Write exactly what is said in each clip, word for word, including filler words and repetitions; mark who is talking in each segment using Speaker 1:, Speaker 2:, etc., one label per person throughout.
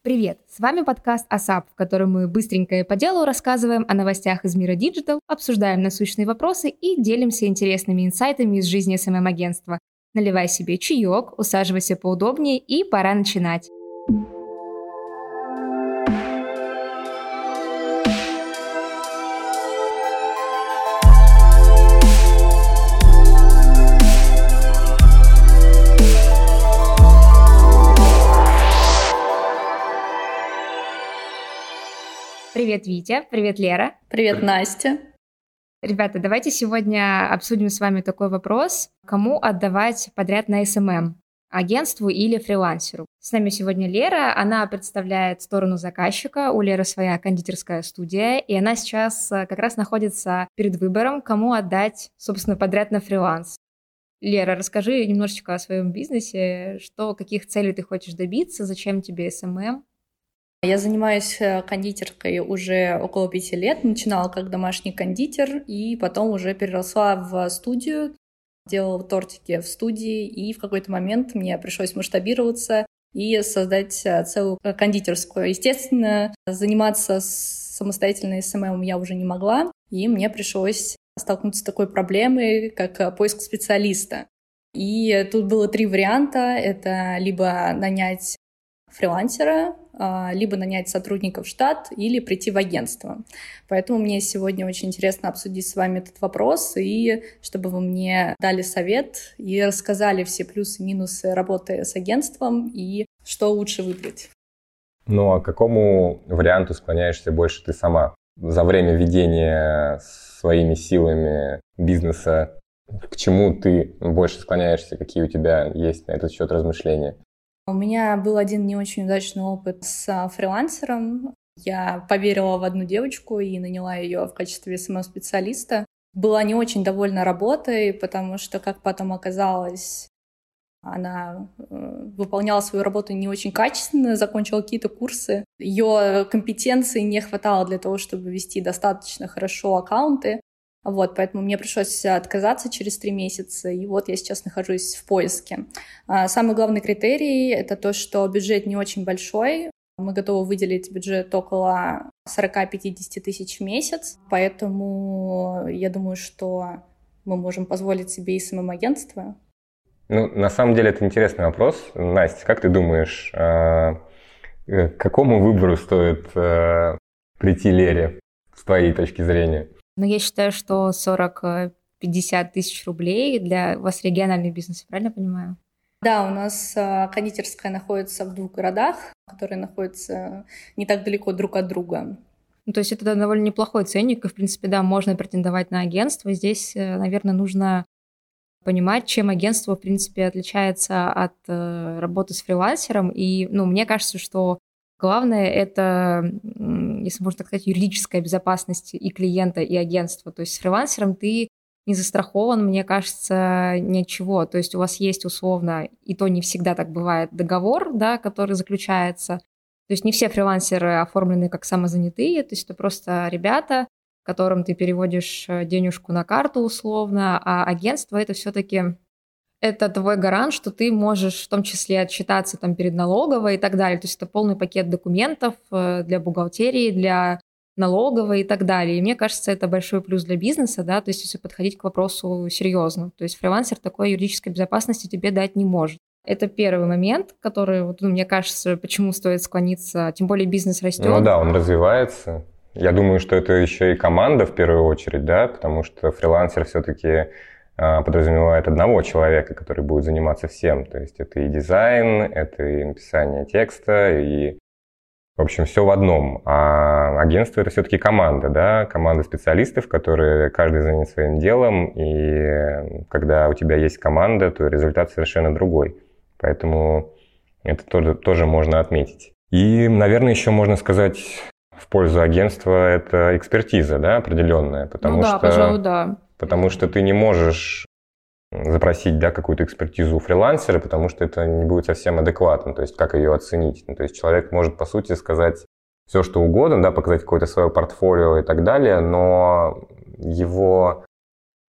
Speaker 1: Привет! С вами подкаст АСАП, в котором мы быстренько и по делу рассказываем о новостях из мира диджитал, обсуждаем насущные вопросы и делимся интересными инсайтами из жизни эс эм эм-агентства. Наливай себе чаек, усаживайся поудобнее и пора начинать. Привет, Витя. Привет, Лера.
Speaker 2: Привет, Настя.
Speaker 1: Ребята, давайте сегодня обсудим с вами такой вопрос. Кому отдавать подряд на эс эм эм? Агентству или фрилансеру? С нами сегодня Лера. Она представляет сторону заказчика. У Леры своя кондитерская студия. И она сейчас как раз находится перед выбором, кому отдать, собственно, подряд на фриланс. Лера, расскажи немножечко о своем бизнесе. Что, каких целей ты хочешь добиться? Зачем тебе эс эм эм?
Speaker 2: Я занимаюсь кондитеркой уже около пяти лет. Начинала как домашний кондитер и потом уже переросла в студию. Делала тортики в студии, и в какой-то момент мне пришлось масштабироваться и создать целую кондитерскую. Естественно, заниматься самостоятельно эс эм эм я уже не могла, и мне пришлось столкнуться с такой проблемой, как поиск специалиста. И тут было три варианта. Это либо нанять фрилансера, либо нанять сотрудников в штат или прийти в агентство. Поэтому мне сегодня очень интересно обсудить с вами этот вопрос, и чтобы вы мне дали совет и рассказали все плюсы и минусы работы с агентством и что лучше выбрать.
Speaker 3: Ну а к какому варианту склоняешься больше ты сама? За время ведения своими силами бизнеса к чему ты больше склоняешься? Какие у тебя есть на этот счет размышления?
Speaker 2: У меня был один не очень удачный опыт с фрилансером. Я поверила в одну девочку и наняла ее в качестве эс эм эм-специалиста. Была не очень довольна работой, потому что, как потом оказалось, она выполняла свою работу не очень качественно, закончила какие-то курсы. Ее компетенции не хватало для того, чтобы вести достаточно хорошо аккаунты. Вот, поэтому мне пришлось отказаться через три месяца, и вот я сейчас нахожусь в поиске. Самый главный критерий — это то, что бюджет не очень большой. Мы готовы выделить бюджет около сорок-пятьдесят тысяч в месяц, поэтому я думаю, что мы можем позволить себе эс эм эм-агентство.
Speaker 3: Ну, на самом деле, это интересный вопрос. Настя, как ты думаешь, к какому выбору стоит прийти Лере с твоей точки зрения?
Speaker 1: Но я считаю, что сорок-пятьдесят тысяч рублей для у вас региональный бизнес, правильно я понимаю?
Speaker 2: Да, у нас кондитерская находится в двух городах, которые находятся не так далеко друг от друга.
Speaker 1: Ну, то есть это довольно неплохой ценник, и, в принципе, да, можно претендовать на агентство. Здесь, наверное, нужно понимать, чем агентство, в принципе, отличается от работы с фрилансером. И, ну, мне кажется, что главное — это, если можно так сказать, юридическая безопасность и клиента, и агентства. То есть с фрилансером ты не застрахован, мне кажется, ни от чего. То есть у вас есть условно, и то не всегда так бывает, договор, да, который заключается. То есть не все фрилансеры оформлены как самозанятые, то есть это просто ребята, которым ты переводишь денежку на карту условно, а агентство — это все-таки... это твой гарант, что ты можешь в том числе отчитаться там перед налоговой и так далее. То есть это полный пакет документов для бухгалтерии, для налоговой и так далее. И мне кажется, это большой плюс для бизнеса, да, то есть если подходить к вопросу серьезно. То есть фрилансер такой юридической безопасности тебе дать не может. Это первый момент, который, вот, ну, мне кажется, почему стоит склониться, тем более бизнес растет.
Speaker 3: Ну да, он развивается. Я думаю, что это еще и команда в первую очередь, да, потому что фрилансер все-таки подразумевает одного человека, который будет заниматься всем. То есть это и дизайн, это и написание текста, и, в общем, все в одном. А агентство — это все-таки команда, да, команда специалистов, которые каждый занят своим делом, и когда у тебя есть команда, то результат совершенно другой. Поэтому это тоже, тоже можно отметить. И, наверное, еще можно сказать в пользу агентства — это экспертиза, да, определенная, потому
Speaker 1: ну да,
Speaker 3: что...
Speaker 1: пожалуй, да.
Speaker 3: Потому что ты не можешь запросить, да, какую-то экспертизу у фрилансера, потому что это не будет совсем адекватно. То есть как ее оценить? Ну, то есть человек может, по сути, сказать все, что угодно, да, показать какое-то свое портфолио и так далее, но его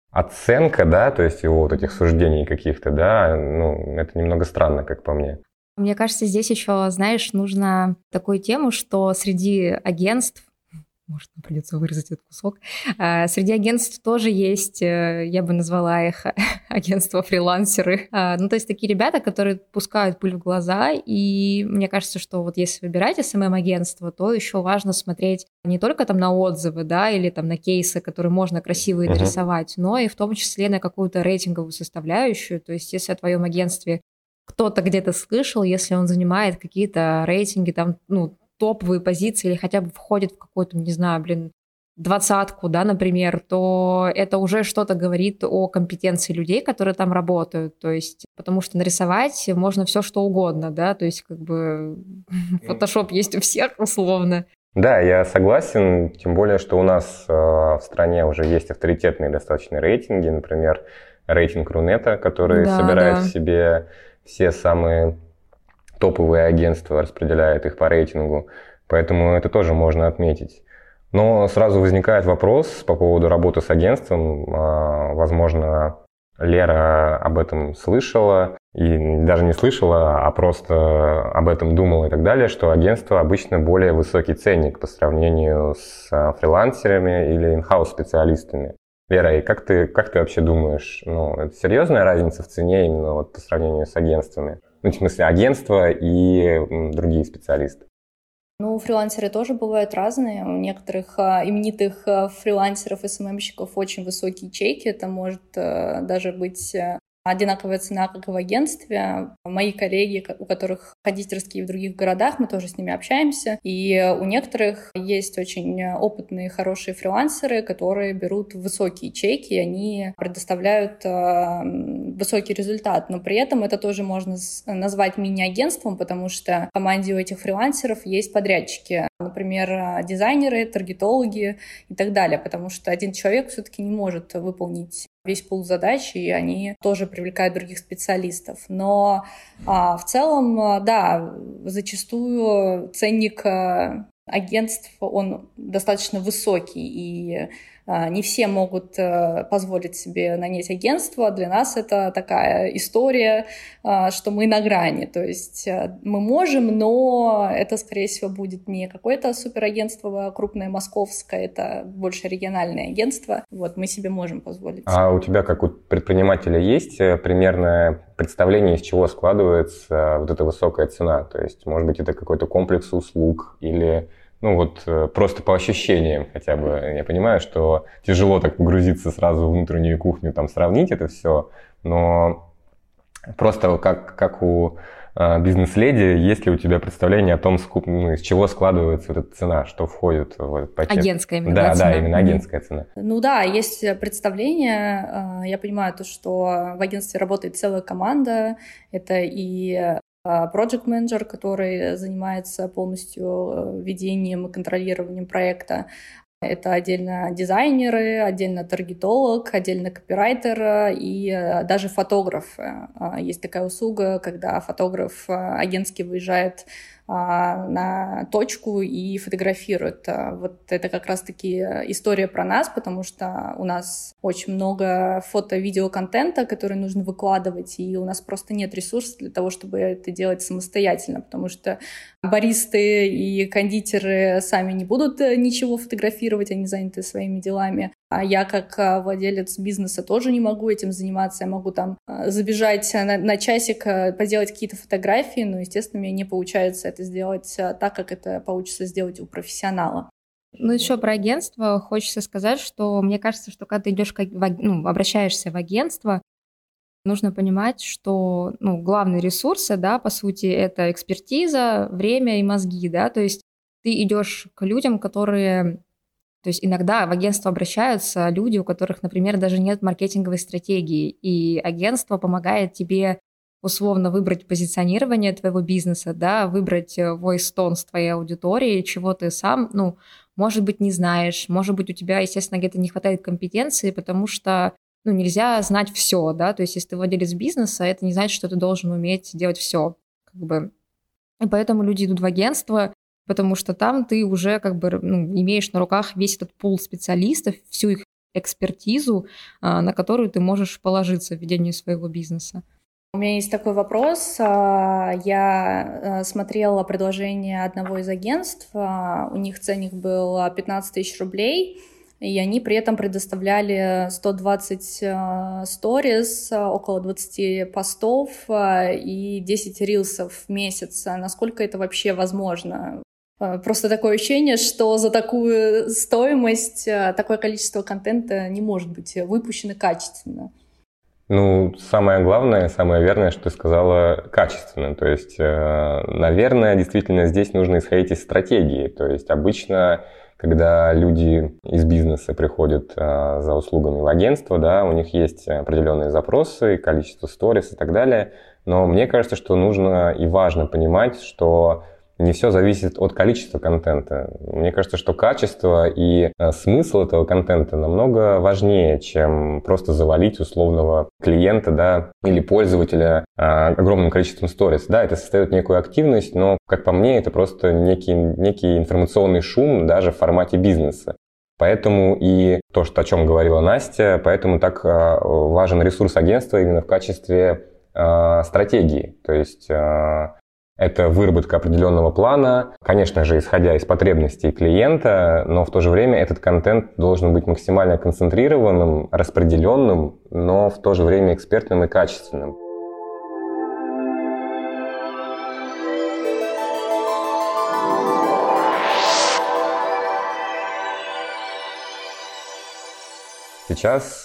Speaker 3: оценка, да, то есть его вот этих суждений каких-то, да, ну, это немного странно, как по мне.
Speaker 1: Мне кажется, здесь еще, знаешь, нужно такую тему, что среди агентств, может, нам придется вырезать этот кусок, а, среди агентств тоже есть, э, я бы назвала их агентства-фрилансеры. А, ну, то есть такие ребята, которые пускают пыль в глаза, и мне кажется, что вот если выбирать эс эм эм-агентство, то еще важно смотреть не только там на отзывы, да, или там на кейсы, которые можно красивые
Speaker 3: Мгм.
Speaker 1: нарисовать, но и в том числе на какую-то рейтинговую составляющую. То есть если о твоем агентстве кто-то где-то слышал, если он занимает какие-то рейтинги, там, ну, топовые позиции или хотя бы входит в какую-то, не знаю, блин, двадцатку, да, например, то это уже что-то говорит о компетенции людей, которые там работают. То есть, потому что нарисовать можно все что угодно, да, то есть как бы фотошоп есть у всех условно.
Speaker 3: Да, я согласен, тем более, что у нас э, в стране уже есть авторитетные достаточно рейтинги, например, рейтинг Рунета, который
Speaker 1: Да,
Speaker 3: собирает
Speaker 1: да.
Speaker 3: в себе все самые топовые агентства, распределяет их по рейтингу, поэтому это тоже можно отметить. Но сразу возникает вопрос по поводу работы с агентством. А, Возможно, Лера об этом слышала, и даже не слышала, а просто об этом думала и так далее, что агентство обычно более высокий ценник по сравнению с а, фрилансерами или инхаус специалистами. Лера, и как ты, как ты вообще думаешь, ну, это серьезная разница в цене именно вот по сравнению с агентствами? Ну, в смысле, агентство и м, другие специалисты.
Speaker 2: Ну, фрилансеры тоже бывают разные. У некоторых а, именитых а, фрилансеров, эс эм эм-щиков очень высокие чеки. Это может а, даже быть а, одинаковая цена, как и в агентстве. Мои коллеги, у которых кондитерские в других городах, мы тоже с ними общаемся. И у некоторых есть очень опытные, хорошие фрилансеры, которые берут высокие чеки, и они предоставляют э, высокий результат. Но при этом это тоже можно назвать мини-агентством, потому что в команде у этих фрилансеров есть подрядчики. Например, дизайнеры, таргетологи и так далее, потому что один человек все-таки не может выполнить весь пул задач, и они тоже привлекают других специалистов. Но а, в целом, да, зачастую ценник а, агентств, он достаточно высокий, и а, не все могут а, позволить себе нанять агентство. Для нас это такая история, а, что мы на грани. То есть а, мы можем, но это, скорее всего, будет не какое-то суперагентство крупное московское, это больше региональное агентство. Вот, мы себе можем позволить.
Speaker 3: А у тебя, как у предпринимателя, есть э, примерное представление, из чего складывается вот эта высокая цена? То есть, может быть, это какой-то комплекс услуг или, ну вот, э, просто по ощущениям хотя бы. Я понимаю, что тяжело так погрузиться сразу в внутреннюю кухню, там, сравнить это все, но просто как, как у э, бизнес-леди, есть ли у тебя представление о том, скуп- ну, из чего складывается вот эта цена, что входит в этот пакет?
Speaker 1: Агентская именно,
Speaker 3: Да,
Speaker 1: да,
Speaker 3: да,
Speaker 1: цена?
Speaker 3: именно
Speaker 1: Мгм.
Speaker 3: агентская цена.
Speaker 2: Ну да, есть представление. Я понимаю то, что в агентстве работает целая команда. Это и project менеджер, который занимается полностью ведением и контролированием проекта. Это отдельно дизайнеры, отдельно таргетолог, отдельно копирайтер и даже фотограф. Есть такая услуга, когда фотограф агентский выезжает на точку и фотографирует. Вот это как раз-таки история про нас, потому что у нас очень много фото-видео-контента, который нужно выкладывать, и у нас просто нет ресурсов для того, чтобы это делать самостоятельно, потому что баристы и кондитеры сами не будут ничего фотографировать, они заняты своими делами. А я, как владелец бизнеса, тоже не могу этим заниматься. Я могу там забежать на, на часик, поделать какие-то фотографии, но, естественно, мне не получается это сделать так, как это получится сделать у профессионала.
Speaker 1: Ну, еще про агентство хочется сказать, что мне кажется, что когда ты идешь, как, в аг- ну, обращаешься в агентство, нужно понимать, что, ну, главные ресурсы, да, по сути, это экспертиза, время и мозги, да, то есть ты идешь к людям, которые, то есть иногда в агентство обращаются люди, у которых, например, даже нет маркетинговой стратегии, и агентство помогает тебе условно выбрать позиционирование твоего бизнеса, да, выбрать voice tone с твоей аудиторией, чего ты сам, ну, может быть, не знаешь, может быть, у тебя, естественно, где-то не хватает компетенции, потому что, ну, нельзя знать все, да, то есть если ты владелец бизнеса, это не значит, что ты должен уметь делать все, как бы. И поэтому люди идут в агентство, потому что там ты уже как бы, ну, имеешь на руках весь этот пул специалистов, всю их экспертизу, а, на которую ты можешь положиться в ведении своего бизнеса.
Speaker 2: У меня есть такой вопрос. Я смотрела предложение одного из агентств. У них ценник был пятнадцать тысяч рублей, и они при этом предоставляли сто двадцать сторис, около двадцать постов и десять рилсов в месяц. Насколько это вообще возможно? Просто такое ощущение, что за такую стоимость такое количество контента не может быть выпущено качественно.
Speaker 3: Ну, самое главное, самое верное, что ты сказала, качественно. То есть, наверное, действительно здесь нужно исходить из стратегии. То есть обычно, когда люди из бизнеса приходят за услугами в агентство, да, у них есть определенные запросы, количество сторис и так далее. Но мне кажется, что нужно и важно понимать, что не все зависит от количества контента. Мне кажется, что качество и смысл этого контента намного важнее, чем просто завалить условного клиента, да, или пользователя огромным количеством сторис. Да, это создает некую активность, но, как по мне, это просто некий, некий информационный шум даже в формате бизнеса. Поэтому и то, что, о чем говорила Настя, поэтому так важен ресурс агентства именно в качестве стратегии. То есть это выработка определенного плана, конечно же, исходя из потребностей клиента, но в то же время этот контент должен быть максимально концентрированным, распределенным, но в то же время экспертным и качественным. Сейчас,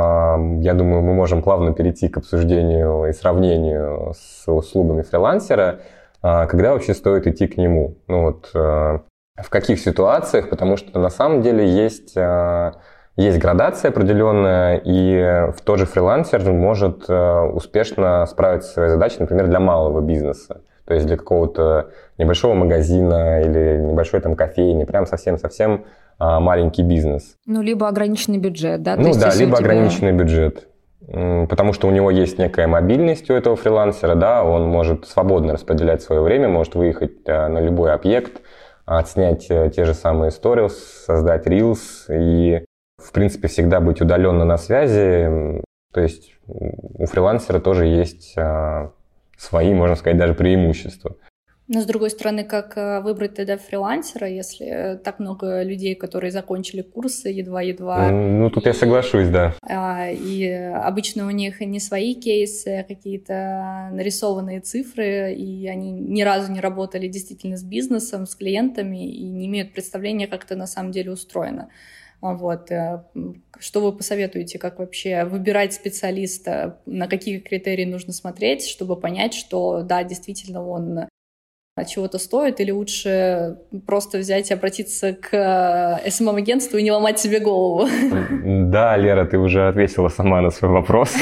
Speaker 3: я думаю, мы можем плавно перейти к обсуждению и сравнению с услугами фрилансера. Когда вообще стоит идти к нему? Ну вот, в каких ситуациях? Потому что на самом деле есть, есть градация определенная, и в тот же фрилансер может успешно справиться со своей задачей, например, для малого бизнеса. То есть для какого-то небольшого магазина или небольшой там кофейни, прям совсем-совсем маленький бизнес.
Speaker 1: Ну, либо ограниченный бюджет, да?
Speaker 3: Ну
Speaker 1: То есть,
Speaker 3: да, либо
Speaker 1: тебя...
Speaker 3: ограниченный бюджет. Потому что у него есть некая мобильность у этого фрилансера, да, он может свободно распределять свое время, может выехать на любой объект, отснять те же самые stories, создать reels и, в принципе, всегда быть удаленно на связи. То есть у фрилансера тоже есть свои, можно сказать, даже преимущества.
Speaker 2: Но, с другой стороны, как выбрать тогда фрилансера, если так много людей, которые закончили курсы едва-едва?
Speaker 3: Ну, тут и, я соглашусь, да.
Speaker 2: И обычно у них не свои кейсы, а какие-то нарисованные цифры, и они ни разу не работали действительно с бизнесом, с клиентами, и не имеют представления, как это на самом деле устроено. Вот. Что вы посоветуете, как вообще выбирать специалиста, на какие критерии нужно смотреть, чтобы понять, что да, действительно он чего-то стоит, или лучше просто взять и обратиться к эс эм эм-агентству и не ломать себе голову?
Speaker 3: Да, Лера, ты уже ответила сама на свой вопрос.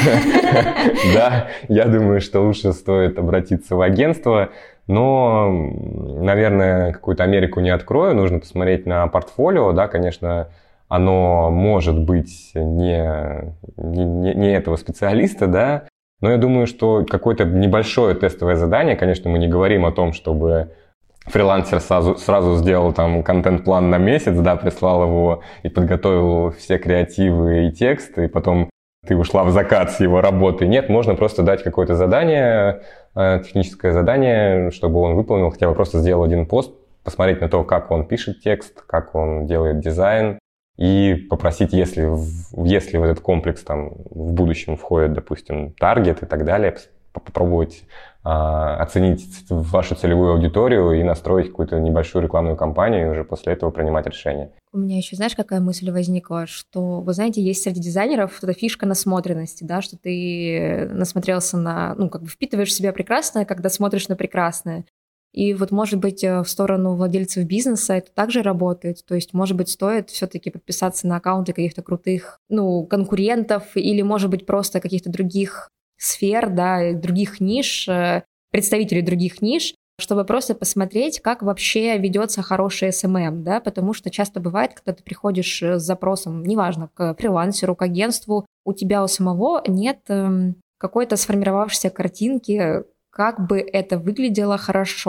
Speaker 3: Да, я думаю, что лучше стоит обратиться в агентство, но, наверное, какую-то Америку не открою, нужно посмотреть на портфолио, да, конечно, оно может быть не, не, не этого специалиста, да, но я думаю, что какое-то небольшое тестовое задание, конечно, мы не говорим о том, чтобы фрилансер сразу, сразу сделал там контент-план на месяц, да, прислал его и подготовил все креативы и тексты, и потом ты ушла в закат с его работы. Нет, можно просто дать какое-то задание, техническое задание, чтобы он выполнил, хотя бы просто сделал один пост, посмотреть на то, как он пишет текст, как он делает дизайн, и попросить, если, если в этот комплекс там в будущем входит, допустим, таргет и так далее, попробовать а, оценить вашу целевую аудиторию и настроить какую-то небольшую рекламную кампанию, и уже после этого принимать решение.
Speaker 1: У меня еще, знаешь, какая мысль возникла, что, вы знаете, есть среди дизайнеров эта фишка насмотренности, да, что ты насмотрелся на, ну, как бы впитываешь в себя прекрасное, когда смотришь на прекрасное. И вот, может быть, в сторону владельцев бизнеса это также работает. То есть, может быть, стоит все-таки подписаться на аккаунты каких-то крутых, ну, конкурентов или, может быть, просто каких-то других сфер, да, других ниш, представителей других ниш, чтобы просто посмотреть, как вообще ведется хороший эс эм эм, да, потому что часто бывает, когда ты приходишь с запросом, неважно, к фрилансеру, к агентству, у тебя у самого нет какой-то сформировавшейся картинки, как бы это выглядело хорошо.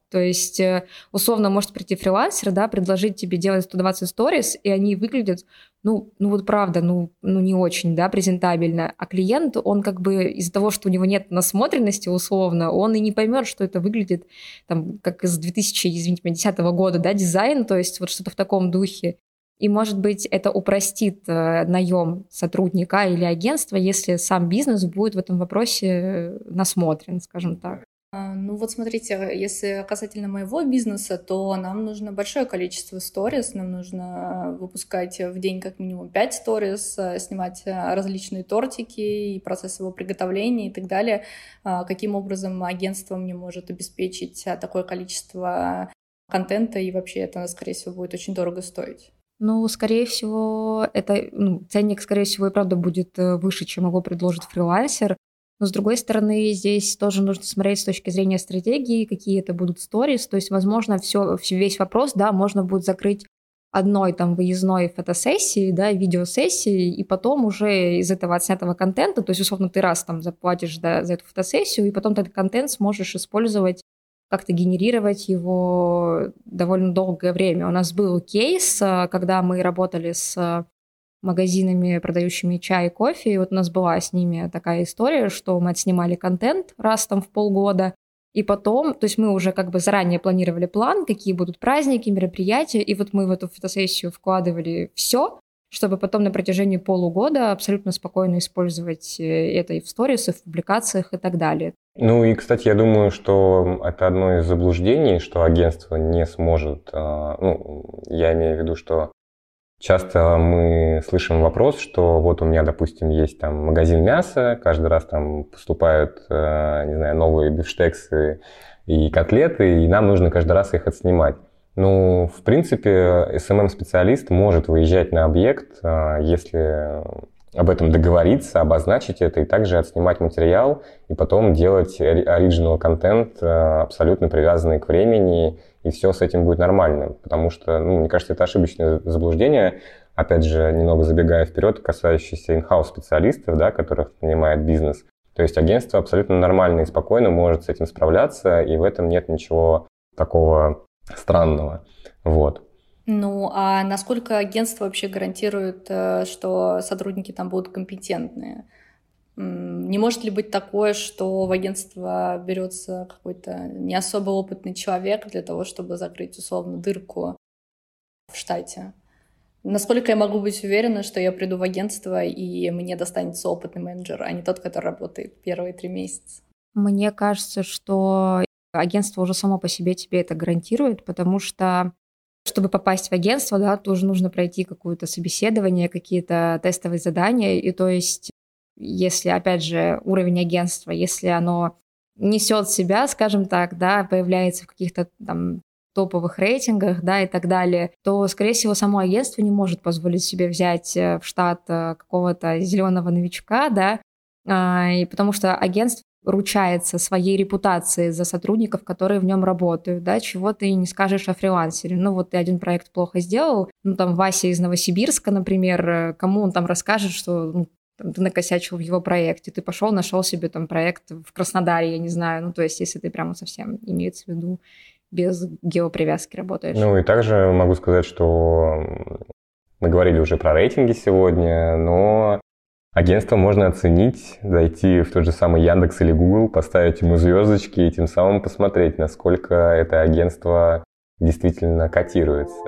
Speaker 1: То есть, условно, может прийти фрилансер, да, предложить тебе делать сто двадцать сторис, и они выглядят, ну, ну вот правда, ну, ну не очень, да, презентабельно. А клиент, он как бы из-за того, что у него нет насмотренности, условно, он и не поймет, что это выглядит там как из две тысячи, извините меня, десятого года, да, дизайн, то есть вот что-то в таком духе. И, может быть, это упростит э, наем сотрудника или агентства, если сам бизнес будет в этом вопросе насмотрен, скажем так.
Speaker 2: Ну вот смотрите, если касательно моего бизнеса, то нам нужно большое количество сторис, нам нужно выпускать в день как минимум пять сторис, снимать различные тортики и процесс его приготовления и так далее. Каким образом агентство мне может обеспечить такое количество контента, и вообще это, скорее всего, будет очень дорого стоить?
Speaker 1: Ну, скорее всего, это, ну, ценник, скорее всего, и правда будет выше, чем его предложит фрилансер. Но, с другой стороны, здесь тоже нужно смотреть с точки зрения стратегии, какие это будут сторис. То есть, возможно, все, весь вопрос, да, можно будет закрыть одной там выездной фотосессией, да, видеосессией, и потом уже из этого отснятого контента, то есть, условно, ты раз там заплатишь, да, за эту фотосессию, и потом ты этот контент сможешь использовать, как-то генерировать его довольно долгое время. У нас был кейс, когда мы работали с магазинами, продающими чай и кофе. И вот у нас была с ними такая история, что мы отснимали контент раз там в полгода, и потом, то есть мы уже как бы заранее планировали план, какие будут праздники, мероприятия, и вот мы в эту фотосессию вкладывали все, чтобы потом на протяжении полугода абсолютно спокойно использовать это и в сторисах, в публикациях и так далее.
Speaker 3: Ну и, кстати, я думаю, что это одно из заблуждений, что агентство не сможет, ну, я имею в виду, что часто мы слышим вопрос, что вот у меня, допустим, есть там магазин мяса, каждый раз там поступают, не знаю, новые бифштексы и котлеты, и нам нужно каждый раз их отснимать. Ну, в принципе, эс эм эм-специалист может выезжать на объект, если об этом договориться, обозначить это, и также отснимать материал, и потом делать оригинал контент, абсолютно привязанный к времени, и все с этим будет нормально. Потому что, ну, мне кажется, это ошибочное заблуждение, опять же, немного забегая вперед, касающееся in-house специалистов, да, которых нанимает бизнес. То есть агентство абсолютно нормально и спокойно может с этим справляться, и в этом нет ничего такого странного. Вот.
Speaker 2: Ну, а насколько агентство вообще гарантирует, что сотрудники там будут компетентные? Не может ли быть такое, что в агентство берется какой-то не особо опытный человек для того, чтобы закрыть условно дырку в штате? Насколько я могу быть уверена, что я приду в агентство и мне достанется опытный менеджер, а не тот, который работает первые три месяца?
Speaker 1: Мне кажется, что агентство уже само по себе тебе это гарантирует, потому что чтобы попасть в агентство, да, тоже нужно пройти какое-то собеседование, какие-то тестовые задания. И то есть, если, опять же, уровень агентства, если оно несет себя, скажем так, да, появляется в каких-то там топовых рейтингах, да, и так далее, то, скорее всего, само агентство не может позволить себе взять в штат какого-то зеленого новичка, да, и потому что агентство ручается своей репутацией за сотрудников, которые в нем работают, да, чего ты не скажешь о фрилансере. Ну, вот ты один проект плохо сделал, ну, там, Вася из Новосибирска, например, кому он там расскажет, что ну, там, ты накосячил в его проекте, ты пошел, нашел себе там проект в Краснодаре, я не знаю, ну, то есть, если ты прямо совсем, имеется в виду, без геопривязки работаешь.
Speaker 3: Ну, и также могу сказать, что мы говорили уже про рейтинги сегодня, но агентство можно оценить, зайти в тот же самый Яндекс или Google, поставить ему звездочки и тем самым посмотреть, насколько это агентство действительно котируется.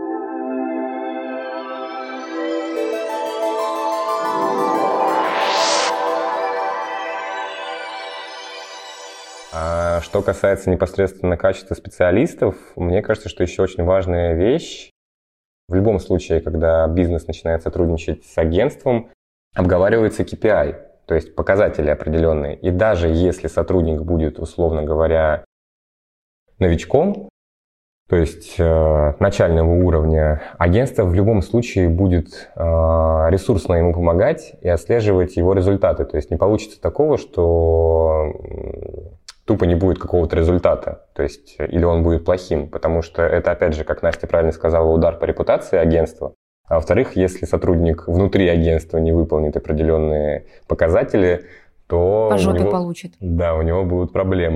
Speaker 3: А что касается непосредственно качества специалистов, мне кажется, что еще очень важная вещь. В любом случае, когда бизнес начинает сотрудничать с агентством, обговаривается кей пи ай, то есть показатели определенные. И даже если сотрудник будет, условно говоря, новичком, то есть э, начального уровня, агентство в любом случае будет э, ресурсно ему помогать и отслеживать его результаты. То есть не получится такого, что тупо не будет какого-то результата, то есть или он будет плохим, потому что это, опять же, как Настя правильно сказала, удар по репутации агентства. А во-вторых, если сотрудник внутри агентства не выполнит определенные показатели, то
Speaker 1: по жопе
Speaker 3: у него,
Speaker 1: получит.
Speaker 3: Да, у него будут проблемы.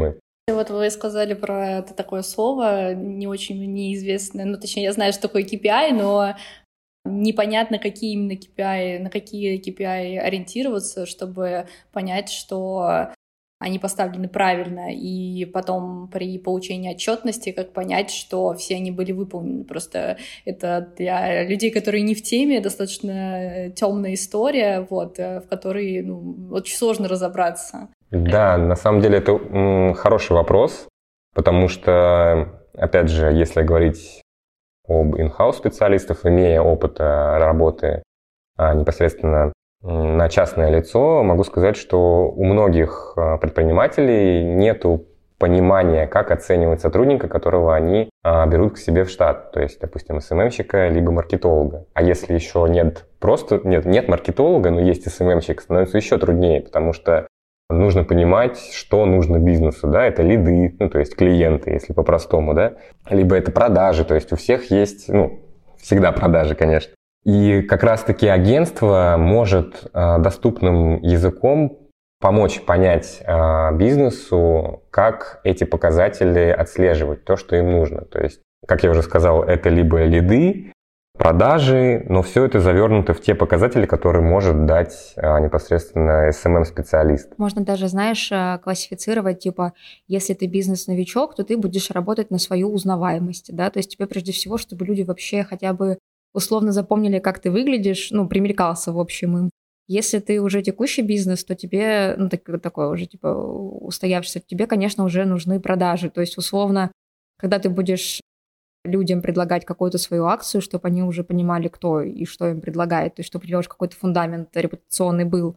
Speaker 2: Вот вы сказали про это такое слово, не очень неизвестное, ну, точнее, я знаю, что такое кей пи ай, но непонятно, какие именно кей пи ай, на какие кей пи ай ориентироваться, чтобы понять, что они поставлены правильно, и потом при получении отчетности, как понять, что все они были выполнены. Просто это для людей, которые не в теме, достаточно темная история, вот, в которой ну, очень сложно разобраться.
Speaker 3: Да, на самом деле это м, хороший вопрос, потому что, опять же, если говорить об in-house специалистах, имея опыт работы а, непосредственно на частное лицо, могу сказать, что у многих предпринимателей нету понимания, как оценивать сотрудника, которого они а, берут к себе в штат, то есть, допустим, эс эм эм-щика либо маркетолога. А если еще нет просто нет, нет маркетолога, но есть эс эм эм-щик, становится еще труднее, потому что нужно понимать, что нужно бизнесу, да, это лиды, ну, то есть клиенты, если по-простому, да, либо это продажи, то есть у всех есть, ну, всегда продажи, конечно. И как раз-таки агентство может э, доступным языком помочь понять э, бизнесу, как эти показатели отслеживать, то, что им нужно. То есть, как я уже сказал, это либо лиды, продажи, но все это завернуто в те показатели, которые может дать а, непосредственно эс эм эм-специалист.
Speaker 1: Можно даже, знаешь, классифицировать, типа, если ты бизнес-новичок, то ты будешь работать на свою узнаваемость, да, то есть тебе прежде всего, чтобы люди вообще хотя бы условно запомнили, как ты выглядишь, ну, примелькался, в общем, им. Если ты уже текущий бизнес, то тебе, ну, так, такое уже, типа, устоявшийся, тебе, конечно, уже нужны продажи, то есть, условно, когда ты будешь людям предлагать какую-то свою акцию, чтобы они уже понимали, кто и что им предлагает, то есть чтобы у тебя уже какой-то фундамент репутационный был.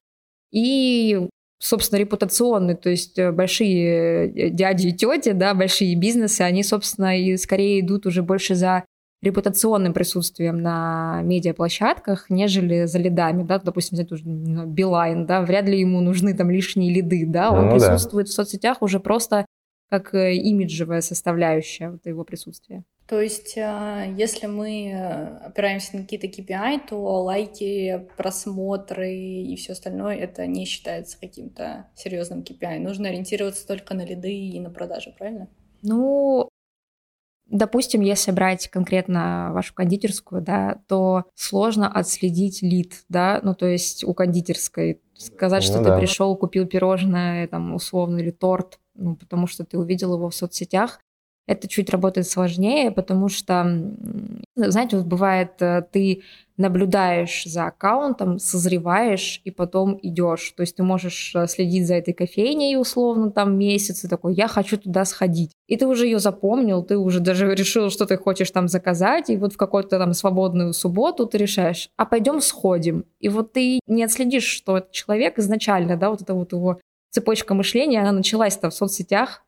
Speaker 1: И, собственно, репутационный, то есть большие дяди и тети, да, большие бизнесы, они, собственно, и скорее идут уже больше за репутационным присутствием на медиаплощадках, нежели за лидами, да, допустим, взять уже Билайн, да, вряд ли ему нужны там лишние лиды, да, он ну, присутствует да. в соцсетях уже просто как имиджевая составляющая вот его присутствия.
Speaker 2: То есть, если мы опираемся на какие-то кей пи ай, то лайки, просмотры и все остальное это не считается каким-то серьезным кей пи ай. Нужно ориентироваться только на лиды и на продажи, правильно?
Speaker 1: Ну, допустим, если брать конкретно вашу кондитерскую, да, то сложно отследить лид, да, ну то есть у кондитерской сказать, ну, что да. ты пришел, купил пирожное, там условно или торт, ну потому что ты увидел его в соцсетях. Это чуть работает сложнее, потому что, знаете, вот бывает, ты наблюдаешь за аккаунтом, созреваешь и потом идешь. То есть ты можешь следить за этой кофейней условно там месяц и такой, я хочу туда сходить. И ты уже ее запомнил, ты уже даже решил, что ты хочешь там заказать, и вот в какую-то там свободную субботу ты решаешь, а пойдем сходим. И вот ты не отследишь, что этот человек изначально, да, вот это вот его цепочка мышления, она началась-то в соцсетях,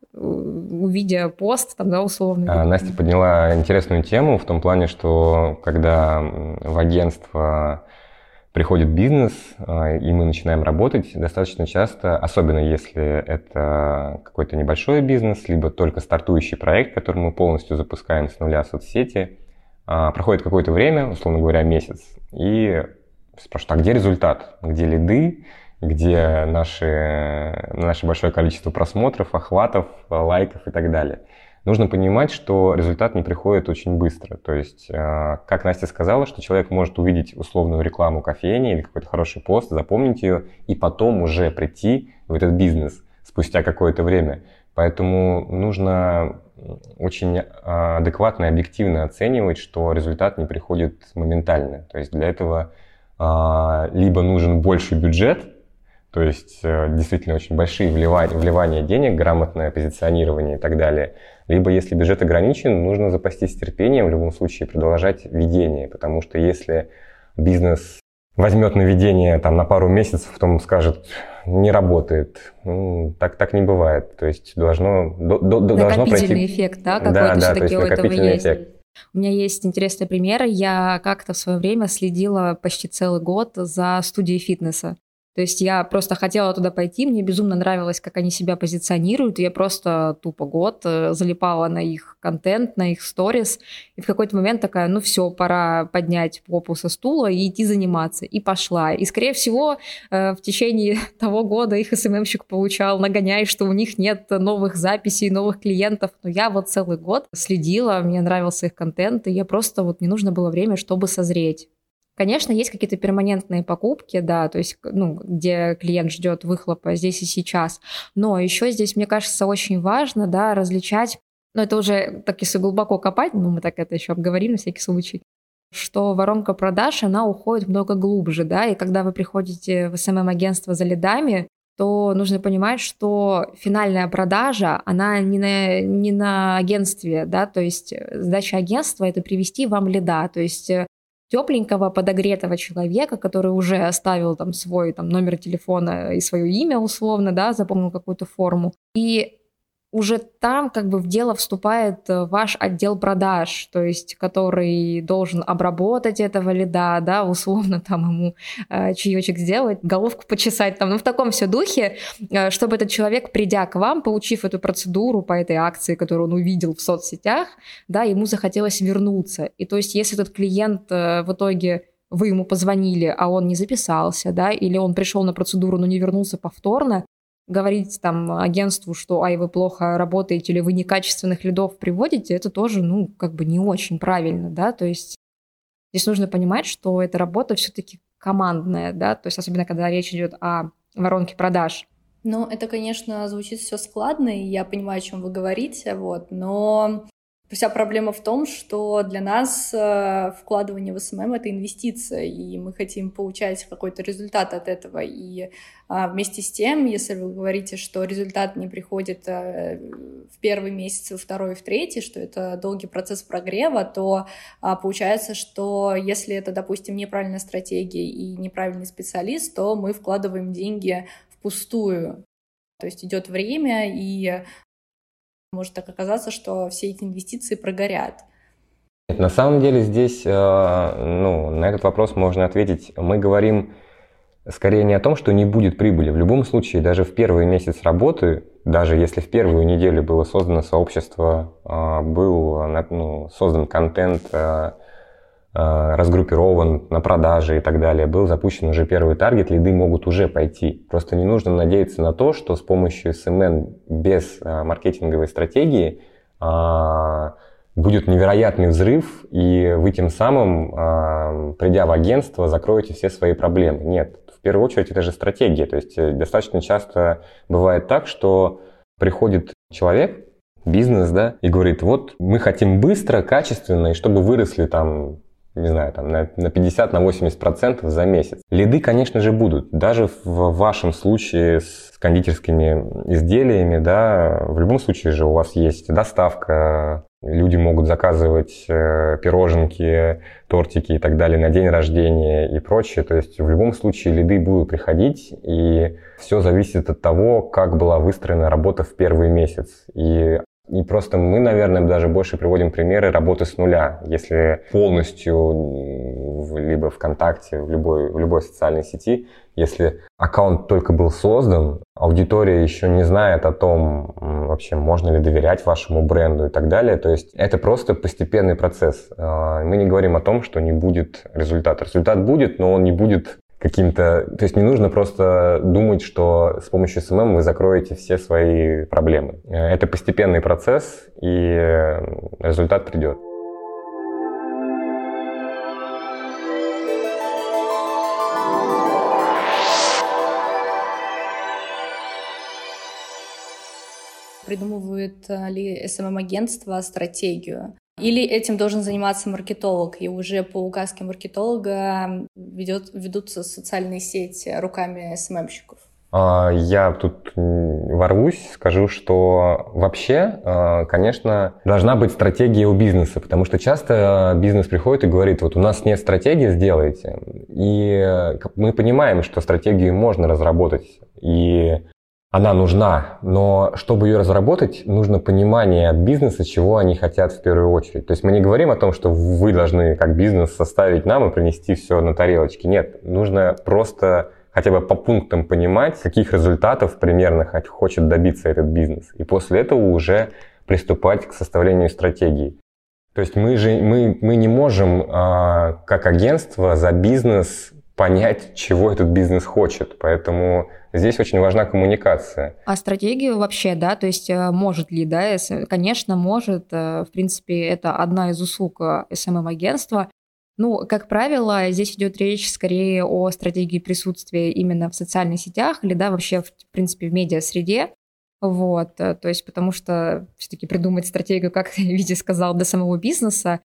Speaker 1: увидя пост, там, да, условно.
Speaker 3: Настя подняла интересную тему в том плане, что когда в агентство приходит бизнес, и мы начинаем работать, достаточно часто, особенно если это какой-то небольшой бизнес, либо только стартующий проект, который мы полностью запускаем с нуля соцсети, проходит какое-то время, условно говоря, месяц, и спрашивают, а где результат, где лиды, где наши, наше большое количество просмотров, охватов, лайков и так далее. Нужно понимать, что результат не приходит очень быстро. То есть, как Настя сказала, что человек может увидеть условную рекламу кофейни или какой-то хороший пост, запомнить ее и потом уже прийти в этот бизнес спустя какое-то время. Поэтому нужно очень адекватно и объективно оценивать, что результат не приходит моментально. То есть для этого либо нужен больший бюджет, то есть действительно очень большие вливания, вливания денег, грамотное позиционирование и так далее. Либо если бюджет ограничен, нужно запастись терпением, в любом случае продолжать ведение, потому что если бизнес возьмет на ведение там, на пару месяцев, потом скажет, не работает, ну, так, так не бывает. То есть должно, до, до, должно пройти...
Speaker 1: Накопительный эффект, да, какой-то
Speaker 3: да, да,
Speaker 1: все-таки у этого есть.
Speaker 3: Эффект.
Speaker 1: У меня есть интересный пример. Я как-то в свое время следила почти целый год за студией фитнеса. То есть я просто хотела туда пойти, мне безумно нравилось, как они себя позиционируют, и я просто тупо год залипала на их контент, на их сторис, и в какой-то момент такая, ну все, пора поднять попу со стула и идти заниматься, и пошла. И, скорее всего, в течение того года их эс эм эм-щик получал нагоняй, что у них нет новых записей, новых клиентов, но я вот целый год следила, мне нравился их контент, и я просто, вот мне нужно было время, чтобы созреть. Конечно, есть какие-то перманентные покупки, да, то есть, ну, где клиент ждет выхлопа здесь и сейчас, но еще здесь, мне кажется, очень важно, да, различать, ну, это уже так, если глубоко копать, ну, мы так это еще обговорим на всякий случай, что воронка продаж, она уходит много глубже, да, и когда вы приходите в эс эм эм-агентство за лидами, то нужно понимать, что финальная продажа, она не на, не на агентстве, да, то есть задача агентства – это привести вам лида, то есть тепленького, подогретого человека, который уже оставил там свой там, номер телефона и свое имя условно, да, запомнил какую-то форму. И уже там как бы в дело вступает ваш отдел продаж, то есть который должен обработать этого лида, да, условно там ему э, чаечек сделать, головку почесать, там, ну в таком все духе, э, чтобы этот человек, придя к вам, получив эту процедуру по этой акции, которую он увидел в соцсетях, да, ему захотелось вернуться. И то есть если этот клиент э, в итоге вы ему позвонили, а он не записался, да, или он пришел на процедуру, но не вернулся повторно, говорить там агентству, что ай, вы плохо работаете или вы некачественных лидов приводите, это тоже, ну, как бы не очень правильно, да, то есть здесь нужно понимать, что эта работа все-таки командная, да, то есть особенно когда речь идет о воронке продаж.
Speaker 2: Ну, это, конечно, звучит все складно, и я понимаю, о чем вы говорите, вот, но вся проблема в том, что для нас э, вкладывание в эс эм эм — это инвестиция, и мы хотим получать какой-то результат от этого. И э, вместе с тем, если вы говорите, что результат не приходит э, в первый месяц, во второй, в третий, что это долгий процесс прогрева, то э, получается, что если это, допустим, неправильная стратегия и неправильный специалист, то мы вкладываем деньги впустую. То есть идет время, и может так оказаться, что все эти инвестиции прогорят.
Speaker 3: На самом деле здесь, ну, на этот вопрос можно ответить. Мы говорим скорее не о том, что не будет прибыли. В любом случае, даже в первый месяц работы, даже если в первую неделю было создано сообщество, был, ну, создан контент, разгруппирован на продажи и так далее, был запущен уже первый таргет, лиды могут уже пойти. Просто не нужно надеяться на то, что с помощью эс эм эм без маркетинговой стратегии будет невероятный взрыв, и вы тем самым, придя в агентство, закроете все свои проблемы. Нет, в первую очередь это же стратегия. То есть достаточно часто бывает так, что приходит человек, бизнес, да, и говорит, вот мы хотим быстро, качественно, и чтобы выросли там, не знаю, там, на, на пятьдесят, на восемьдесят процентов за месяц. Лиды, конечно же, будут. Даже в вашем случае с кондитерскими изделиями, да, в любом случае же у вас есть доставка, люди могут заказывать э, пироженки, тортики и так далее на день рождения и прочее. То есть в любом случае лиды будут приходить, и все зависит от того, как была выстроена работа в первый месяц. И И просто мы, наверное, даже больше приводим примеры работы с нуля. Если полностью, либо ВКонтакте, в любой, в любой социальной сети, если аккаунт только был создан, аудитория еще не знает о том, вообще можно ли доверять вашему бренду и так далее. То есть это просто постепенный процесс. Мы не говорим о том, что не будет результата. Результат будет, но он не будет каким-то... То есть не нужно просто думать, что с помощью эс эм эм вы закроете все свои проблемы. Это постепенный процесс, и результат придет.
Speaker 2: Придумывает ли эс эм эм-агентство стратегию? Или этим должен заниматься маркетолог, и уже по указке маркетолога ведет, ведутся социальные сети руками эс эм эм-щиков?
Speaker 3: Я тут ворвусь, скажу, что вообще, конечно, должна быть стратегия у бизнеса, потому что часто бизнес приходит и говорит, вот у нас нет стратегии, сделайте. И мы понимаем, что стратегию можно разработать, и она нужна, но чтобы ее разработать, нужно понимание от бизнеса, чего они хотят в первую очередь. То есть мы не говорим о том, что вы должны как бизнес составить нам и принести все на тарелочке. Нет, нужно просто хотя бы по пунктам понимать, каких результатов примерно хочет добиться этот бизнес. И после этого уже приступать к составлению стратегии. То есть мы же мы, мы не можем, а, как агентство, за бизнес понять, чего этот бизнес хочет. Поэтому здесь очень важна коммуникация.
Speaker 1: А стратегию вообще, да, то есть может ли, да, конечно, может. В принципе, это одна из услуг эс эм эм-агентства. Ну, как правило, здесь идет речь скорее о стратегии присутствия именно в социальных сетях или, да, вообще, в принципе, в медиа-среде. Вот, то есть потому что все-таки придумать стратегию, как Витя сказал, для самого бизнеса,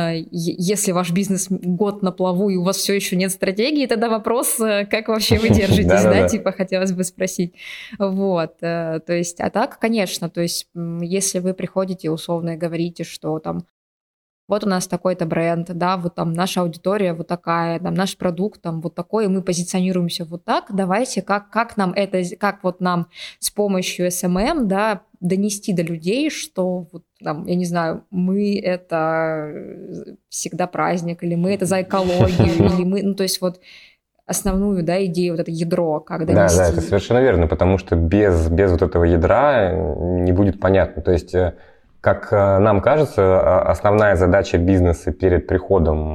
Speaker 1: если ваш бизнес год на плаву и у вас все еще нет стратегии, тогда вопрос, как вообще вы держитесь, да, типа хотелось бы спросить. Вот, то есть, а так, конечно, то есть если вы приходите условно и говорите, что там вот у нас такой-то бренд, да, вот там наша аудитория вот такая, там наш продукт там вот такой, и мы позиционируемся вот так, давайте, как, как нам это, как вот нам с помощью эс эм эм, да, донести до людей, что вот там, я не знаю, мы это всегда праздник, или мы это за экологию, или мы, ну, то есть вот основную, да, идею, вот это ядро, как донести.
Speaker 3: Да, да, это совершенно верно, потому что без, без вот этого ядра не будет понятно, то есть... Как нам кажется, основная задача бизнеса перед приходом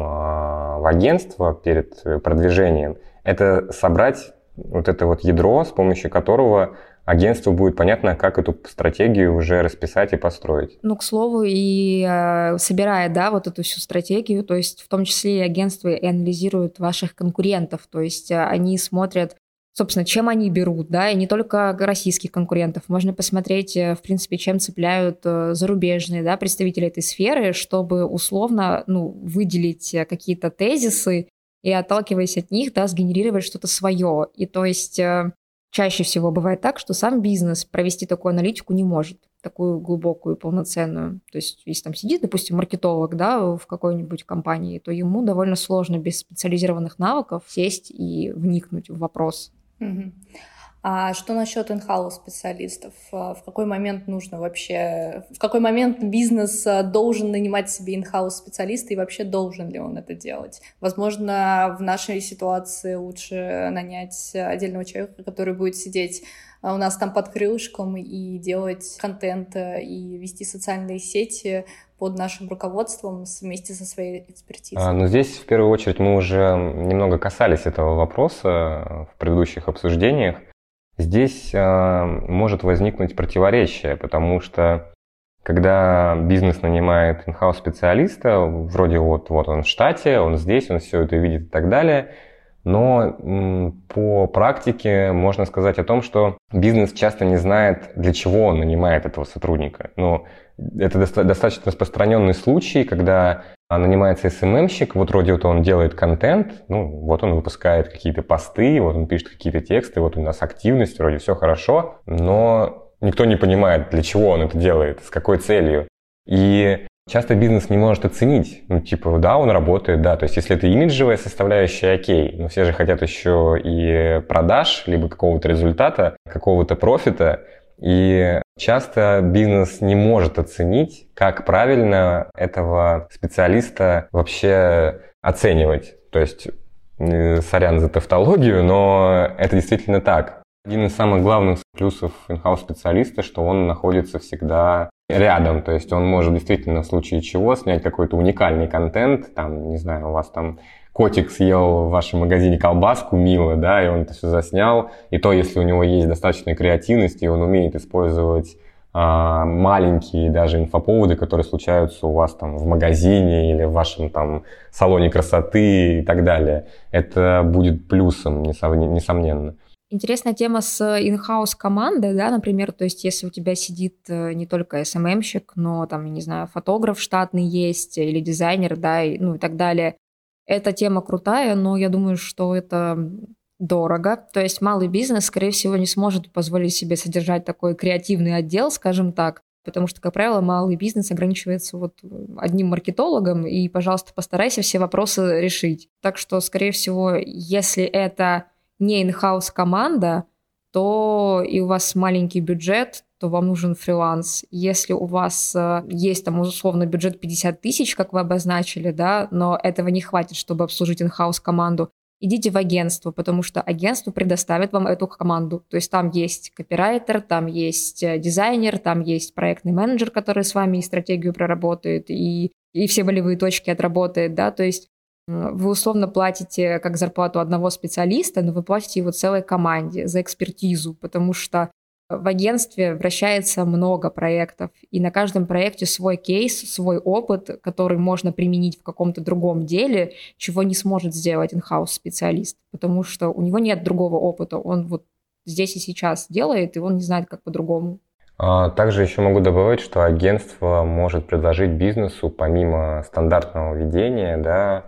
Speaker 3: в агентство, перед продвижением, это собрать вот это вот ядро, с помощью которого агентству будет понятно, как эту стратегию уже расписать и построить.
Speaker 1: Ну, к слову, и э, собирая, да, вот эту всю стратегию, то есть в том числе и агентства и анализируют ваших конкурентов, то есть э, они смотрят, собственно, чем они берут, да, и не только российских конкурентов. Можно посмотреть, в принципе, чем цепляют зарубежные, да, представители этой сферы, чтобы условно, ну, выделить какие-то тезисы и, отталкиваясь от них, да, сгенерировать что-то свое. И то есть чаще всего бывает так, что сам бизнес провести такую аналитику не может, такую глубокую, полноценную. То есть если там сидит, допустим, маркетолог, да, в какой-нибудь компании, то ему довольно сложно без специализированных навыков сесть и вникнуть в вопрос.
Speaker 2: Угу. А что насчет in-house специалистов? В какой момент нужно вообще, в какой момент бизнес должен нанимать себе in-house специалиста и вообще должен ли он это делать? Возможно, в нашей ситуации лучше нанять отдельного человека, который будет сидеть у нас там под крылышком и делать контент, и вести социальные сети под нашим руководством вместе со своей экспертизой.
Speaker 3: А, но здесь, в первую очередь, мы уже немного касались этого вопроса в предыдущих обсуждениях. Здесь а, может возникнуть противоречие, потому что когда бизнес нанимает in-house специалиста, вроде вот, вот он в штате, он здесь, он все это видит и так далее, но м, по практике можно сказать о том, что бизнес часто не знает, для чего он нанимает этого сотрудника. Ну, это доста- достаточно распространенный случай, когда нанимается эс эм эм-щик, вот вроде вот он делает контент, ну, вот он выпускает какие-то посты, вот он пишет какие-то тексты, вот у нас активность, вроде все хорошо, но никто не понимает, для чего он это делает, с какой целью. И часто бизнес не может оценить, ну, типа, да, он работает, да, то есть если это имиджевая составляющая, окей, но все же хотят еще и продаж, либо какого-то результата, какого-то профита, и часто бизнес не может оценить, как правильно этого специалиста вообще оценивать. То есть, сорян за тавтологию, но это действительно так. Один из самых главных плюсов in-house специалиста, что он находится всегда рядом. То есть он может действительно в случае чего снять какой-то уникальный контент. Там, не знаю, у вас там котик съел в вашем магазине колбаску мило, да, и он это все заснял. И то, если у него есть достаточная креативность, и он умеет использовать а, маленькие даже инфоповоды, которые случаются у вас там в магазине или в вашем там салоне красоты и так далее. Это будет плюсом, несомненно.
Speaker 1: Интересная тема с in-house командой, да, например, то есть если у тебя сидит не только эс эм эм-щик, но там, не знаю, фотограф штатный есть или дизайнер, да, и, ну и так далее. Эта тема крутая, но я думаю, что это дорого. То есть малый бизнес, скорее всего, не сможет позволить себе содержать такой креативный отдел, скажем так, потому что, как правило, малый бизнес ограничивается вот одним маркетологом, и, пожалуйста, постарайся все вопросы решить. Так что, скорее всего, если это не in-house команда, то и у вас маленький бюджет, то вам нужен фриланс. Если у вас есть там условно бюджет пятьдесят тысяч, как вы обозначили, да, но этого не хватит, чтобы обслужить in-house команду, идите в агентство, потому что агентство предоставит вам эту команду. То есть там есть копирайтер, там есть дизайнер, там есть проектный менеджер, который с вами и стратегию проработает, и, и все болевые точки отработает, да, то есть вы условно платите как зарплату одного специалиста, но вы платите его целой команде за экспертизу, потому что в агентстве вращается много проектов, и на каждом проекте свой кейс, свой опыт, который можно применить в каком-то другом деле, чего не сможет сделать in-house специалист, потому что у него нет другого опыта, он вот здесь и сейчас делает, и он не знает, как по-другому.
Speaker 3: Также еще могу добавить, что агентство может предложить бизнесу, помимо стандартного ведения, да,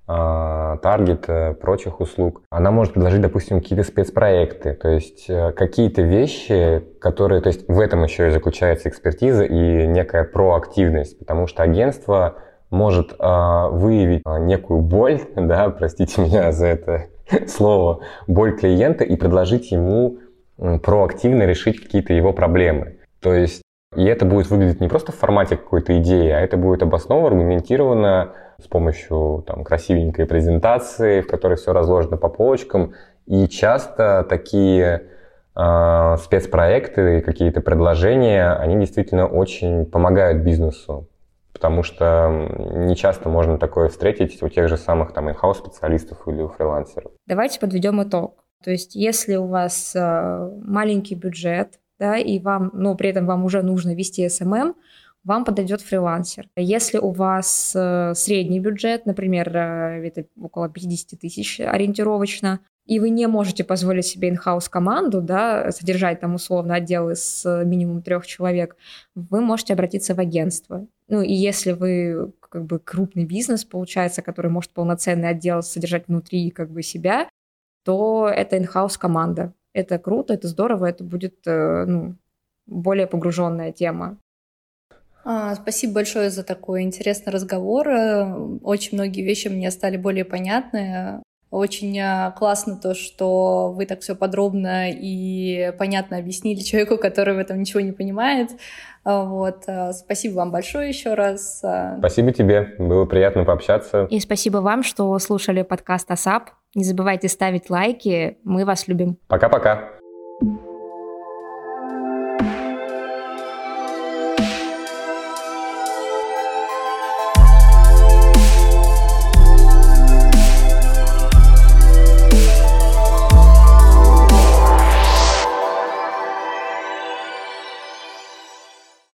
Speaker 3: таргета, прочих услуг, она может предложить, допустим, какие-то спецпроекты, то есть какие-то вещи, которые, то есть в этом еще и заключается экспертиза и некая проактивность, потому что агентство может а, выявить некую боль, да, простите меня за это слово, боль клиента и предложить ему проактивно решить какие-то его проблемы. То есть и это будет выглядеть не просто в формате какой-то идеи, а это будет обосновано, аргументировано с помощью там, красивенькой презентации, в которой все разложено по полочкам. И часто такие э, спецпроекты, какие-то предложения, они действительно очень помогают бизнесу. Потому что не часто можно такое встретить у тех же самых там in-house специалистов или у фрилансеров.
Speaker 1: Давайте подведем итог. То есть если у вас э, маленький бюджет, да, и вам, но при этом вам уже нужно вести эс эм эм, вам подойдет фрилансер. Если у вас э, средний бюджет, например, э, это около пятьдесят тысяч ориентировочно, и вы не можете позволить себе in-house команду, да, содержать там условно отделы с минимум трех человек, вы можете обратиться в агентство. Ну и если вы как бы крупный бизнес, получается, который может полноценный отдел содержать внутри как бы себя, то это in-house команда. Это круто, это здорово, это будет э, ну, более погруженная тема.
Speaker 2: А, спасибо большое за такой интересный разговор. Очень многие вещи мне стали более понятны. Очень классно то, что вы так все подробно и понятно объяснили человеку, который в этом ничего не понимает. Вот. Спасибо вам большое еще раз.
Speaker 3: Спасибо тебе, было приятно пообщаться.
Speaker 1: И спасибо вам, что слушали подкаст АСАП. Не забывайте ставить лайки, мы вас любим.
Speaker 3: Пока-пока.